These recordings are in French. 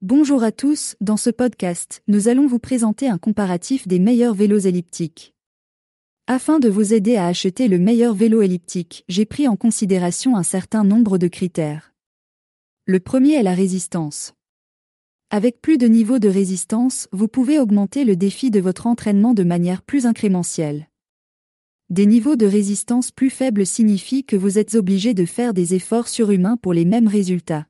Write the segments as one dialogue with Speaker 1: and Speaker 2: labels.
Speaker 1: Bonjour à tous, dans ce podcast, nous allons vous présenter un comparatif des meilleurs vélos elliptiques. Afin de vous aider à acheter le meilleur vélo elliptique, j'ai pris en considération un certain nombre de critères. Le premier est la résistance. Avec plus de niveaux de résistance, vous pouvez augmenter le défi de votre entraînement de manière plus incrémentielle. Des niveaux de résistance plus faibles signifient que vous êtes obligé de faire des efforts surhumains pour les mêmes résultats.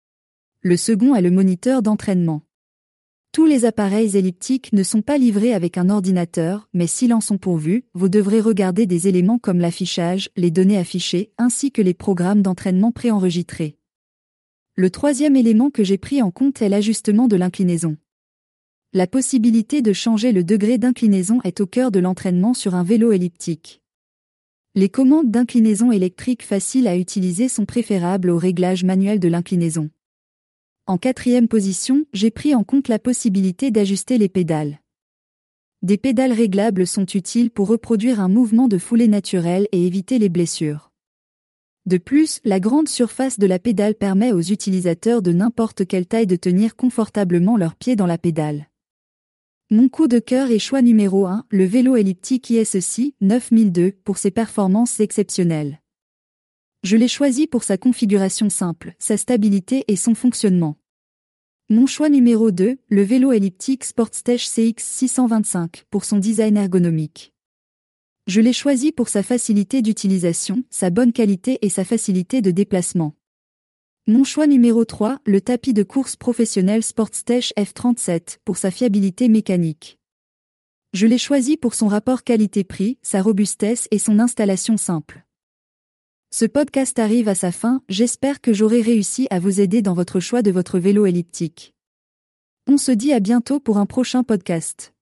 Speaker 1: Le second est le moniteur d'entraînement. Tous les appareils elliptiques ne sont pas livrés avec un ordinateur, mais s'ils en sont pourvus, vous devrez regarder des éléments comme l'affichage, les données affichées, ainsi que les programmes d'entraînement préenregistrés. Le troisième élément que j'ai pris en compte est l'ajustement de l'inclinaison. La possibilité de changer le degré d'inclinaison est au cœur de l'entraînement sur un vélo elliptique. Les commandes d'inclinaison électrique faciles à utiliser sont préférables au réglage manuel de l'inclinaison. En quatrième position, j'ai pris en compte la possibilité d'ajuster les pédales. Des pédales réglables sont utiles pour reproduire un mouvement de foulée naturel et éviter les blessures. De plus, la grande surface de la pédale permet aux utilisateurs de n'importe quelle taille de tenir confortablement leurs pieds dans la pédale. Mon coup de cœur est choix numéro 1, le vélo elliptique ISEC 9002 pour ses performances exceptionnelles. Je l'ai choisi pour sa configuration simple, sa stabilité et son fonctionnement. Mon choix numéro 2, le vélo elliptique Sportstech CX 625 pour son design ergonomique. Je l'ai choisi pour sa facilité d'utilisation, sa bonne qualité et sa facilité de déplacement. Mon choix numéro 3, le tapis de course professionnel Sportstech F37 pour sa fiabilité mécanique. Je l'ai choisi pour son rapport qualité-prix, sa robustesse et son installation simple. Ce podcast arrive à sa fin, j'espère que j'aurai réussi à vous aider dans votre choix de votre vélo elliptique. On se dit à bientôt pour un prochain podcast.